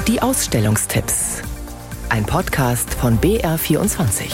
Die Ausstellungstipps. Ein Podcast von BR24.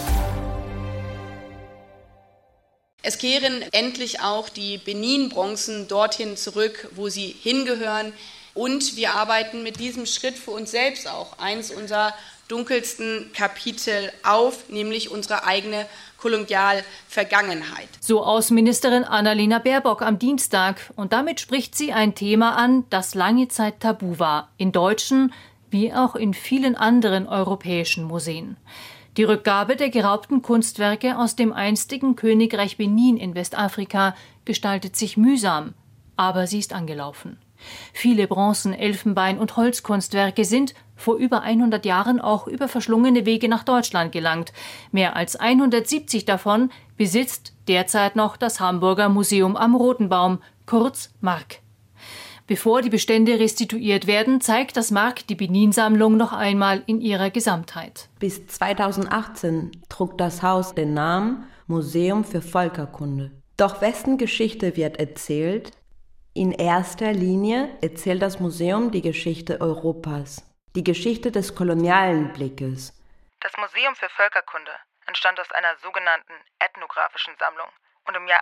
Es kehren endlich auch die Benin-Bronzen dorthin zurück, wo sie hingehören. Und wir arbeiten mit diesem Schritt für uns selbst auch eins unserer dunkelsten Kapitel auf, nämlich unsere eigene Kolonialvergangenheit. So Außenministerin Annalena Baerbock am Dienstag. Und damit spricht sie ein Thema an, das lange Zeit tabu war, in deutschen wie auch in vielen anderen europäischen Museen. Die Rückgabe der geraubten Kunstwerke aus dem einstigen Königreich Benin in Westafrika gestaltet sich mühsam, aber sie ist angelaufen. Viele Bronzen-, Elfenbein- und Holzkunstwerke sind vor über 100 Jahren auch über verschlungene Wege nach Deutschland gelangt. Mehr als 170 davon besitzt derzeit noch das Hamburger Museum am Roten Baum, kurz MARK. Bevor die Bestände restituiert werden, zeigt das MARK die Benin-Sammlung noch einmal in ihrer Gesamtheit. Bis 2018 trug das Haus den Namen Museum für Völkerkunde. Doch wessen Geschichte wird erzählt? In erster Linie erzählt das Museum die Geschichte Europas, die Geschichte des kolonialen Blickes. Das Museum für Völkerkunde entstand aus einer sogenannten ethnografischen Sammlung und im Jahr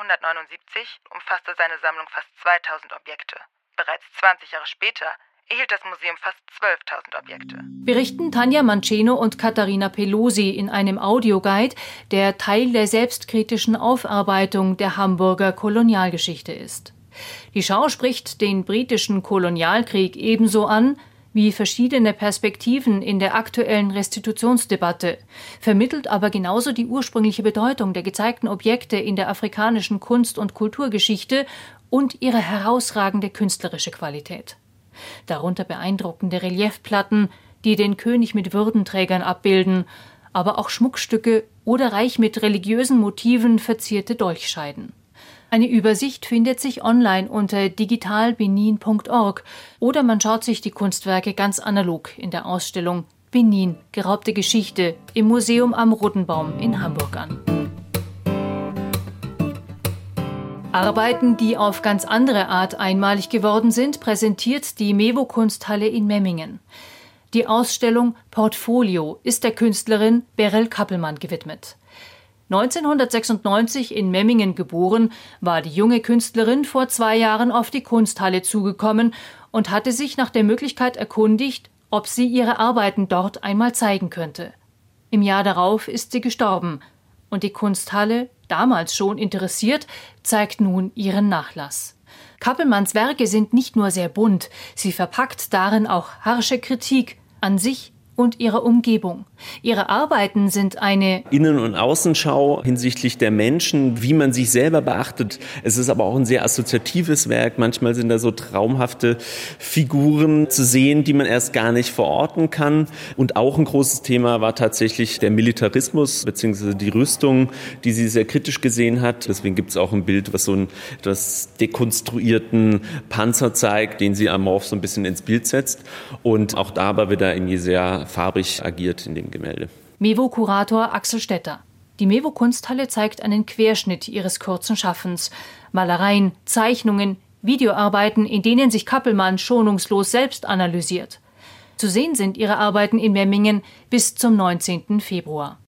1879 umfasste seine Sammlung fast 2000 Objekte. Bereits 20 Jahre später erhielt das Museum fast 12.000 Objekte. Berichten Tanja Manceno und Katharina Pelosi in einem Audioguide, der Teil der selbstkritischen Aufarbeitung der Hamburger Kolonialgeschichte ist. Die Schau spricht den britischen Kolonialkrieg ebenso an wie verschiedene Perspektiven in der aktuellen Restitutionsdebatte, vermittelt aber genauso die ursprüngliche Bedeutung der gezeigten Objekte in der afrikanischen Kunst- und Kulturgeschichte und ihre herausragende künstlerische Qualität. Darunter beeindruckende Reliefplatten, die den König mit Würdenträgern abbilden, aber auch Schmuckstücke oder reich mit religiösen Motiven verzierte Dolchscheiden. Eine Übersicht findet sich online unter digitalbenin.org oder man schaut sich die Kunstwerke ganz analog in der Ausstellung Benin – Geraubte Geschichte im Museum am Roten Baum in Hamburg an. Arbeiten, die auf ganz andere Art einmalig geworden sind, präsentiert die Mevo-Kunsthalle in Memmingen. Die Ausstellung Portfolio ist der Künstlerin Beryl Kappelmann gewidmet. 1996 in Memmingen geboren, war die junge Künstlerin vor 2 Jahren auf die Kunsthalle zugekommen und hatte sich nach der Möglichkeit erkundigt, ob sie ihre Arbeiten dort einmal zeigen könnte. Im Jahr darauf ist sie gestorben und die Kunsthalle, damals schon interessiert, zeigt nun ihren Nachlass. Kappelmanns Werke sind nicht nur sehr bunt, sie verpackt darin auch harsche Kritik an sich und ihrer Umgebung. Ihre Arbeiten sind eine Innen- und Außenschau hinsichtlich der Menschen, wie man sich selber beachtet. Es ist aber auch ein sehr assoziatives Werk. Manchmal sind da so traumhafte Figuren zu sehen, die man erst gar nicht verorten kann. Und auch ein großes Thema war tatsächlich der Militarismus bzw. die Rüstung, die sie sehr kritisch gesehen hat. Deswegen gibt es auch ein Bild, was so einen etwas dekonstruierten Panzer zeigt, den sie amorph so ein bisschen ins Bild setzt. Und auch da war wieder irgendwie sehr farbig agiert in dem Gemälde. Mevo-Kurator Axel Stetter. Die Mevo-Kunsthalle zeigt einen Querschnitt ihres kurzen Schaffens. Malereien, Zeichnungen, Videoarbeiten, in denen sich Kappelmann schonungslos selbst analysiert. Zu sehen sind ihre Arbeiten in Memmingen bis zum 19. Februar.